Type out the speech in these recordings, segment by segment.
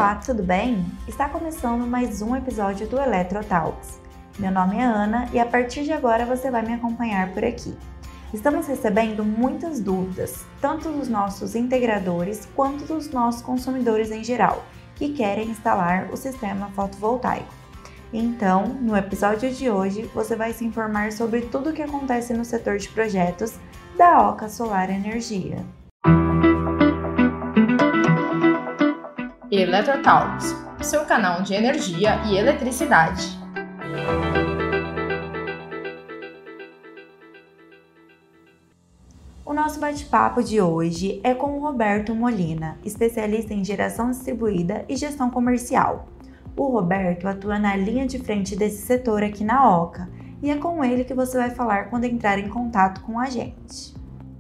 Olá, tudo bem? Está começando mais um episódio do Eletrotalks. Meu nome é Ana e a partir de agora você vai me acompanhar por aqui. Estamos recebendo muitas dúvidas, tanto dos nossos integradores quanto dos nossos consumidores em geral, que querem instalar o sistema fotovoltaico. Então, no episódio de hoje, você vai se informar sobre tudo o que acontece no setor de projetos da Oca Solar Energia. Eletrotalks, seu canal de energia e eletricidade. O nosso bate-papo de hoje é com o Roberto Molina, especialista em geração distribuída e gestão comercial. O Roberto atua na linha de frente desse setor aqui na Oca e é com ele que você vai falar quando entrar em contato com a gente.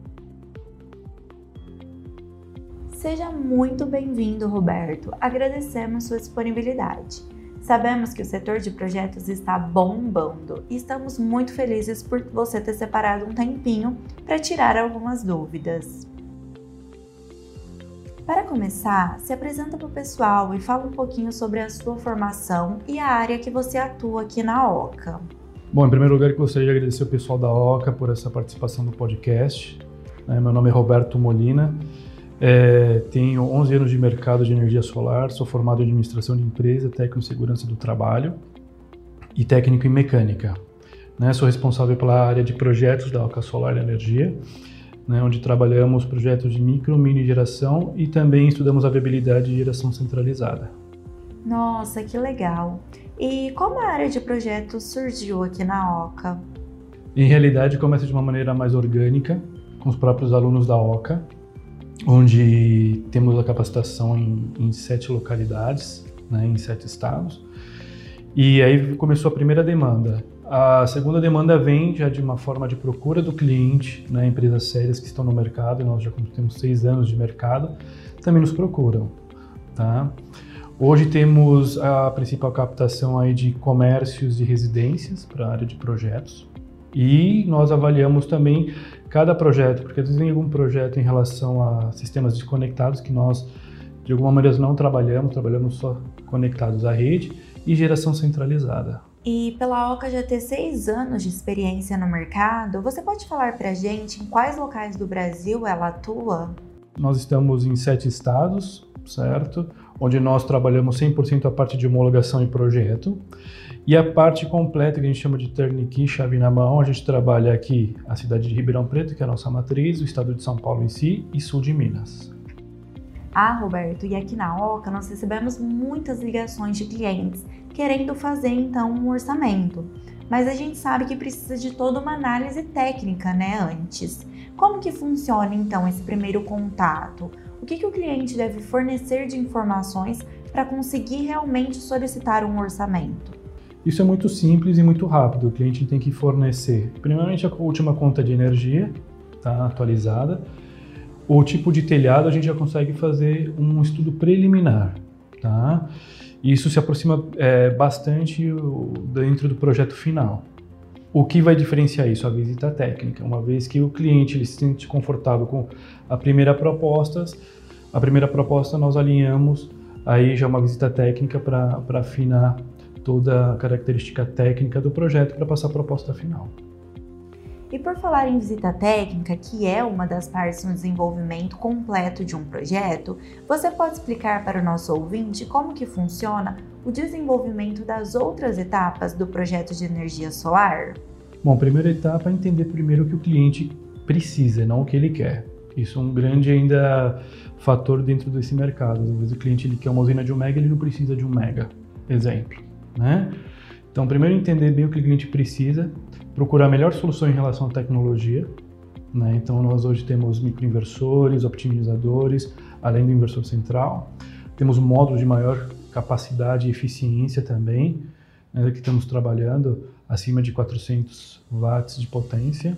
Seja muito bem-vindo, Roberto. Agradecemos sua disponibilidade. Sabemos que o setor de projetos está bombando e estamos muito felizes por você ter separado um tempinho para tirar algumas dúvidas. Para começar, se apresenta para o pessoal e fala um pouquinho sobre a sua formação e a área que você atua aqui na Oca. Bom, em primeiro lugar, eu gostaria de agradecer ao pessoal da Oca por essa participação no podcast. Meu nome é Roberto Molina. Tenho 11 anos de mercado de energia solar, sou formado em administração de empresa, técnico em segurança do trabalho e técnico em mecânica. Sou responsável pela área de projetos da Oca Solar Energia, onde trabalhamos projetos de micro, mini geração e também estudamos a viabilidade de geração centralizada. Nossa, que legal! E como a área de projetos surgiu aqui na Oca? Em realidade, começa de uma maneira mais orgânica, com os próprios alunos da Oca, onde temos a capacitação em 7 localidades, em 7 estados. E aí começou a primeira demanda. A segunda demanda vem já de uma forma de procura do cliente, empresas sérias que estão no mercado, e nós já temos 6 anos de mercado, também nos procuram. Tá? Hoje temos a principal captação aí de comércios e residências para a área de projetos. E nós avaliamos também cada projeto, porque às vezes tem algum projeto em relação a sistemas desconectados que nós, de alguma maneira, não trabalhamos só conectados à rede e geração centralizada. E pela Oca já ter 6 anos de experiência no mercado, você pode falar para a gente em quais locais do Brasil ela atua? Nós estamos em 7 estados, certo? Onde nós trabalhamos 100% a parte de homologação e projeto. E a parte completa, que a gente chama de turnkey, chave na mão, a gente trabalha aqui a cidade de Ribeirão Preto, que é a nossa matriz, o estado de São Paulo em si e sul de Minas. Roberto, e aqui na Oca nós recebemos muitas ligações de clientes querendo fazer então um orçamento. Mas a gente sabe que precisa de toda uma análise técnica, antes. Como que funciona então esse primeiro contato? O que o cliente deve fornecer de informações para conseguir realmente solicitar um orçamento? Isso é muito simples e muito rápido. O cliente tem que fornecer, primeiramente, a última conta de energia, atualizada. O tipo de telhado a gente já consegue fazer um estudo preliminar. Isso se aproxima bastante dentro do projeto final. O que vai diferenciar isso? A visita técnica. Uma vez que o cliente ele se sente confortável com a primeira proposta nós alinhamos aí já uma visita técnica para afinar toda a característica técnica do projeto para passar a proposta final. E por falar em visita técnica, que é uma das partes no desenvolvimento completo de um projeto, você pode explicar para o nosso ouvinte como que funciona o desenvolvimento das outras etapas do projeto de energia solar? Bom, a primeira etapa é entender primeiro o que o cliente precisa, não o que ele quer. Isso é um grande ainda fator dentro desse mercado. Às vezes o cliente ele quer uma usina de 1 mega, ele não precisa de 1 mega, exemplo. Então, primeiro entender bem o que o cliente precisa, procurar a melhor solução em relação à tecnologia. Então, nós hoje temos microinversores, optimizadores, além do inversor central. Temos módulos de maior capacidade e eficiência também, que estamos trabalhando acima de 400 watts de potência.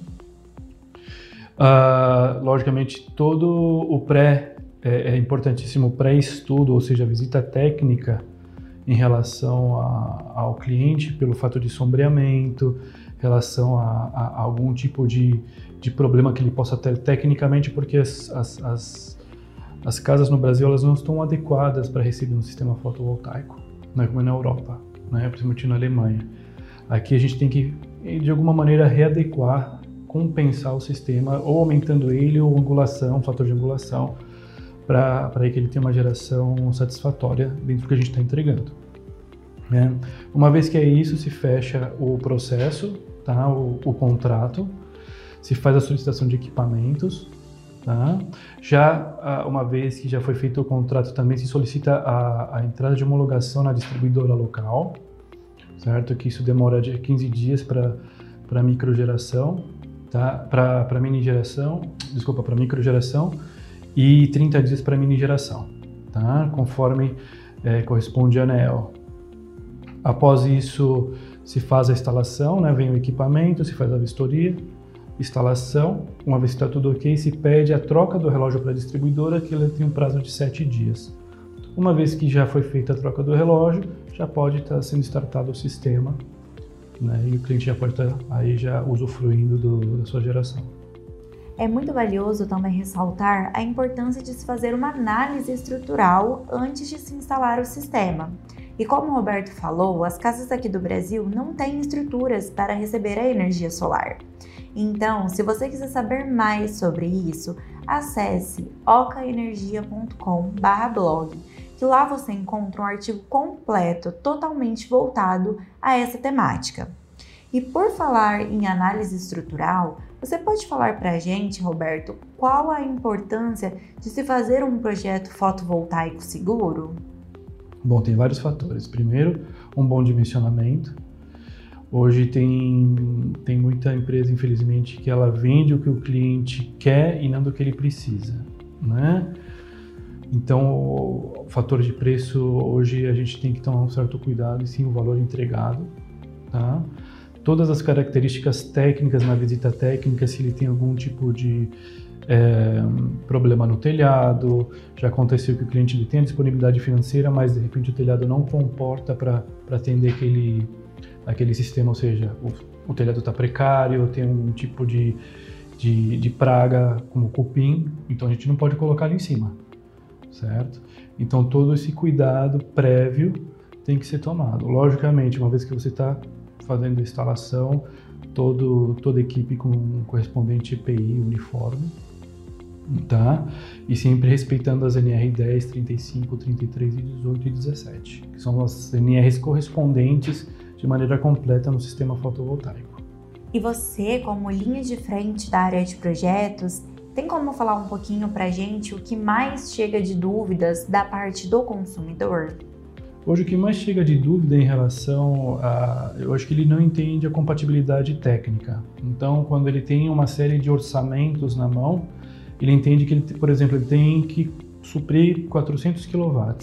Logicamente, todo o é importantíssimo pré-estudo, ou seja, a visita técnica em relação ao cliente, pelo fator de sombreamento, em relação a algum tipo de problema que ele possa ter tecnicamente, porque As casas no Brasil elas não estão adequadas para receber um sistema fotovoltaico, não é como na Europa, né? Principalmente na Alemanha. Aqui a gente tem que, de alguma maneira, readequar, compensar o sistema, ou aumentando ele, ou angulação, fator de angulação, para que ele tenha uma geração satisfatória dentro do que a gente está entregando. Né? Uma vez que é isso, se fecha o processo, tá? o contrato, se faz a solicitação de equipamentos. Tá? Já uma vez que já foi feito o contrato, também se solicita a entrada de homologação na distribuidora local, certo? Que isso demora de 15 dias para microgeração, tá? Para mini-geração, desculpa, para microgeração e 30 dias para mini-geração, tá? Conforme corresponde à ANEEL. Após isso, se faz a instalação, né? Vem o equipamento, se faz a vistoria, instalação, uma vez que está tudo ok, se pede a troca do relógio para a distribuidora, que ela tem um prazo de 7 dias. Uma vez que já foi feita a troca do relógio, já pode estar sendo startado o sistema, né? E o cliente já pode estar aí já usufruindo da sua geração. É muito valioso também ressaltar a importância de se fazer uma análise estrutural antes de se instalar o sistema. E como o Roberto falou, as casas aqui do Brasil não têm estruturas para receber a energia solar. Então, se você quiser saber mais sobre isso, acesse ocaenergia.com/blog, que lá você encontra um artigo completo, totalmente voltado a essa temática. E por falar em análise estrutural, você pode falar para a gente, Roberto, qual a importância de se fazer um projeto fotovoltaico seguro? Bom, tem vários fatores. Primeiro, um bom dimensionamento. Hoje tem muita empresa, infelizmente, que ela vende o que o cliente quer e não do que ele precisa, né? Então, o fator de preço, hoje a gente tem que tomar um certo cuidado e sim o valor entregado, tá? Todas as características técnicas na visita técnica, se ele tem algum tipo de problema no telhado, já aconteceu que o cliente ele tem a disponibilidade financeira, mas de repente o telhado não comporta para atender aquele sistema, ou seja, o telhado está precário, tem um tipo de praga como cupim, então a gente não pode colocar ali em cima, certo? Então todo esse cuidado prévio tem que ser tomado. Logicamente, uma vez que você está fazendo a instalação, toda a equipe com um correspondente EPI uniforme, tá? E sempre respeitando as NR 10, 35, 33, 18 e 17, que são as NRs correspondentes de maneira completa no sistema fotovoltaico. E você, como linha de frente da área de projetos, tem como falar um pouquinho pra gente o que mais chega de dúvidas da parte do consumidor? Hoje o que mais chega de dúvida em relação eu acho que ele não entende a compatibilidade técnica. Então, quando ele tem uma série de orçamentos na mão, ele entende que, por exemplo, ele tem que suprir 400 kW.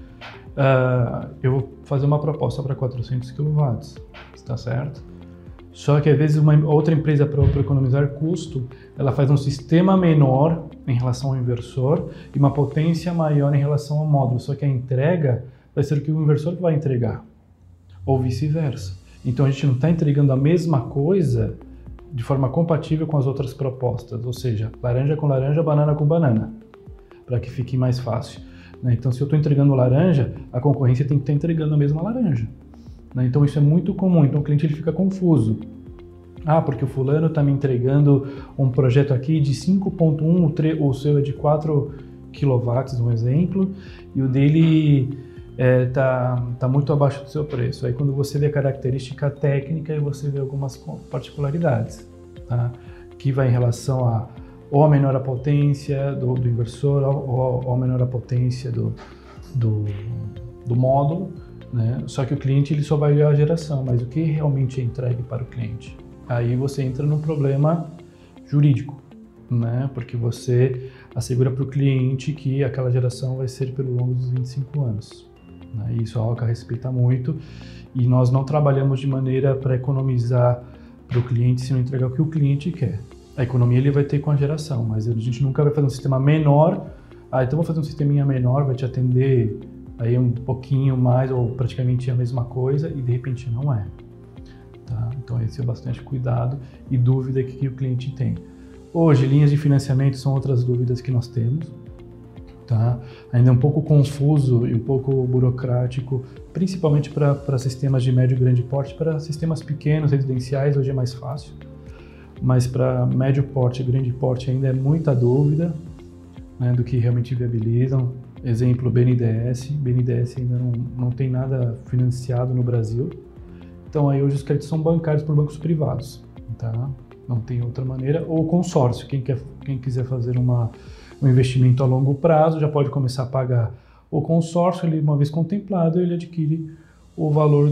Eu vou fazer uma proposta para 400 kW, está certo? Só que às vezes uma outra empresa, para economizar custo, ela faz um sistema menor em relação ao inversor e uma potência maior em relação ao módulo, só que a entrega vai ser o que o inversor vai entregar, ou vice-versa. Então a gente não está entregando a mesma coisa de forma compatível com as outras propostas, ou seja, laranja com laranja, banana com banana, para que fique mais fácil. Então, se eu estou entregando laranja, a concorrência tem que estar entregando a mesma laranja. Então, isso é muito comum. Então, o cliente ele fica confuso. Porque o fulano está me entregando um projeto aqui de 5.1, o seu é de 4 kW, um exemplo, e o dele tá muito abaixo do seu preço. Aí, quando você vê a característica técnica, você vê algumas particularidades, tá? Que vai em relação ou a menor a potência do inversor, ou a menor a potência do módulo, né? Só que o cliente ele só vai ver a geração, mas o que realmente é entregue para o cliente? Aí você entra num problema jurídico, né? Porque você assegura para o cliente que aquela geração vai ser pelo longo dos 25 anos. Né? Isso a OCA respeita muito e nós não trabalhamos de maneira para economizar para o cliente se não entregar o que o cliente quer. A economia ele vai ter com a geração, mas a gente nunca vai fazer um sistema menor. Então vou fazer um sisteminha menor, vai te atender aí um pouquinho mais ou praticamente a mesma coisa e de repente não é. Tá? Então esse é bastante cuidado e dúvida que o cliente tem. Hoje, linhas de financiamento são outras dúvidas que nós temos. tá? Ainda é um pouco confuso e um pouco burocrático, principalmente para sistemas de médio e grande porte. Para sistemas pequenos, residenciais, hoje é mais fácil, mas para médio porte e grande porte ainda é muita dúvida, né, do que realmente viabilizam. Exemplo, BNDES. BNDES ainda não tem nada financiado no Brasil, então aí hoje os créditos são bancários por bancos privados, tá? Não tem outra maneira. Ou consórcio, quem quiser fazer um investimento a longo prazo já pode começar a pagar o consórcio. Ele, uma vez contemplado, ele adquire o valor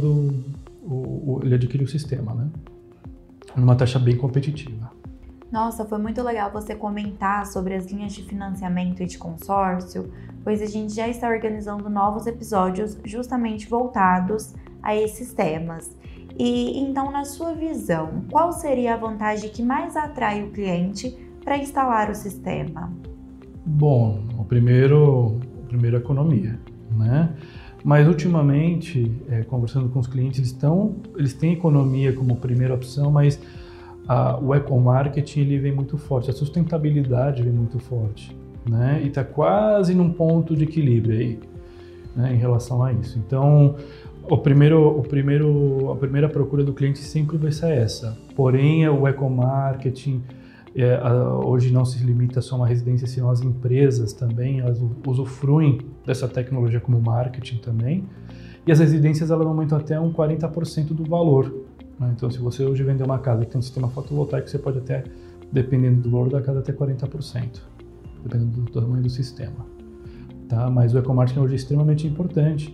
ele adquire o sistema, né? Numa taxa bem competitiva. Nossa, foi muito legal você comentar sobre as linhas de financiamento e de consórcio, pois a gente já está organizando novos episódios justamente voltados a esses temas. E então, na sua visão, qual seria a vantagem que mais atrai o cliente para instalar o sistema? Bom, o primeiro é a economia, né? Mas ultimamente, conversando com os clientes, eles têm economia como primeira opção, mas o ecomarketing ele vem muito forte, a sustentabilidade vem muito forte, né? E está quase num ponto de equilíbrio aí, né, em relação a isso. Então, a primeira procura do cliente sempre vai ser essa. Porém, o ecomarketing hoje não se limita só a uma residência, senão as empresas também elas usufruem dessa tecnologia como marketing também. E as residências elas aumentam até 40% do valor. Né? Então, se você hoje vender uma casa que tem um sistema fotovoltaico, você pode até, dependendo do valor da casa, até 40%, dependendo do tamanho do sistema. Tá? Mas o ecomarketing hoje é extremamente importante.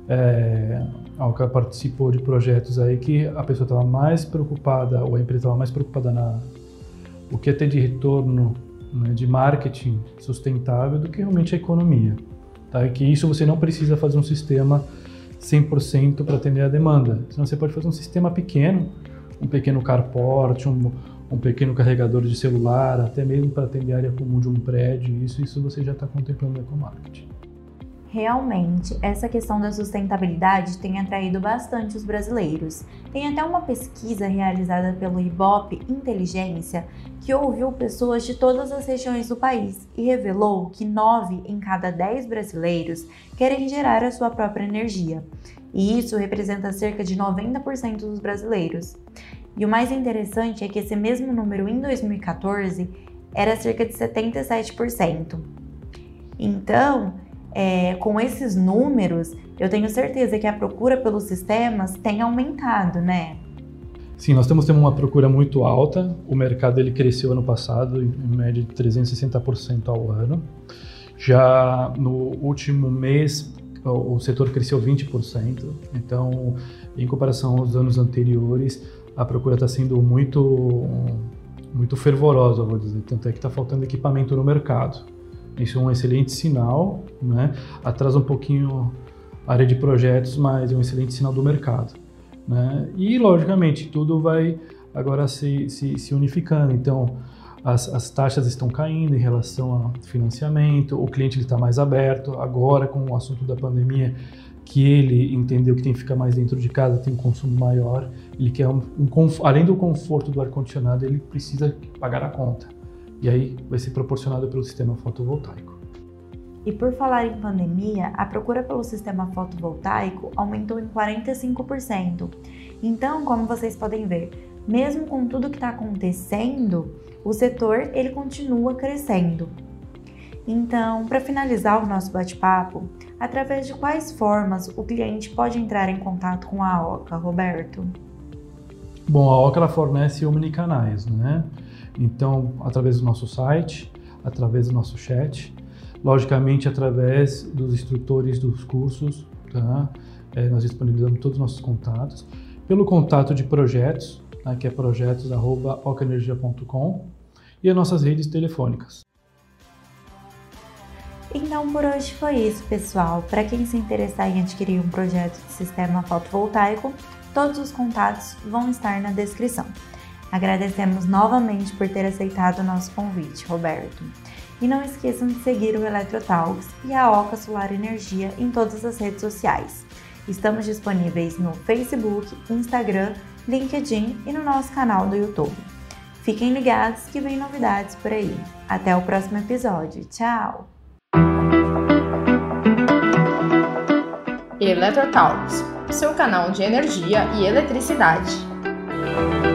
A Oca participou de projetos aí que a pessoa estava mais preocupada, ou a empresa estava mais preocupada o que é ter de retorno, né, de marketing sustentável do que realmente a economia. Tá? E que isso você não precisa fazer um sistema 100% para atender a demanda. Senão você pode fazer um sistema pequeno, um pequeno carport, um pequeno carregador de celular, até mesmo para atender a área comum de um prédio. Isso você já está contemplando no ecomarketing. Realmente, essa questão da sustentabilidade tem atraído bastante os brasileiros. Tem até uma pesquisa realizada pelo Ibope Inteligência que ouviu pessoas de todas as regiões do país e revelou que 9 em cada 10 brasileiros querem gerar a sua própria energia. E isso representa cerca de 90% dos brasileiros. E o mais interessante é que esse mesmo número em 2014 era cerca de 77%. Então, com esses números, eu tenho certeza que a procura pelos sistemas tem aumentado, né? Sim, nós temos uma procura muito alta. O mercado ele cresceu ano passado em média de 360% ao ano. Já no último mês, o setor cresceu 20%. Então, em comparação aos anos anteriores, a procura está sendo muito fervorosa, eu vou dizer. Tanto é que está faltando equipamento no mercado. Isso é um excelente sinal, né? Atrasa um pouquinho a área de projetos, mas é um excelente sinal do mercado, né? E, logicamente, tudo vai agora se unificando. Então, as taxas estão caindo em relação ao financiamento, o cliente está mais aberto. Agora, com o assunto da pandemia, que ele entendeu que tem que ficar mais dentro de casa, tem um consumo maior, ele quer além do conforto do ar-condicionado, ele precisa pagar a conta. E aí vai ser proporcionado pelo sistema fotovoltaico. E por falar em pandemia, a procura pelo sistema fotovoltaico aumentou em 45%. Então, como vocês podem ver, mesmo com tudo que está acontecendo, o setor ele continua crescendo. Então, para finalizar o nosso bate-papo, através de quais formas o cliente pode entrar em contato com a Oca, Roberto? Bom, a Oca ela fornece omnicanais, né? Então, através do nosso site, através do nosso chat, logicamente através dos instrutores dos cursos, tá? Nós disponibilizamos todos os nossos contatos. Pelo contato de projetos, tá? Que é projetos@ocaenergia.com, e as nossas redes telefônicas. Então, por hoje foi isso, pessoal. Para quem se interessar em adquirir um projeto de sistema fotovoltaico, todos os contatos vão estar na descrição. Agradecemos novamente por ter aceitado o nosso convite, Roberto. E não esqueçam de seguir o Eletrotalks e a Oca Solar Energia em todas as redes sociais. Estamos disponíveis no Facebook, Instagram, LinkedIn e no nosso canal do YouTube. Fiquem ligados que vem novidades por aí. Até o próximo episódio. Tchau! Eletrotalks, seu canal de energia e eletricidade.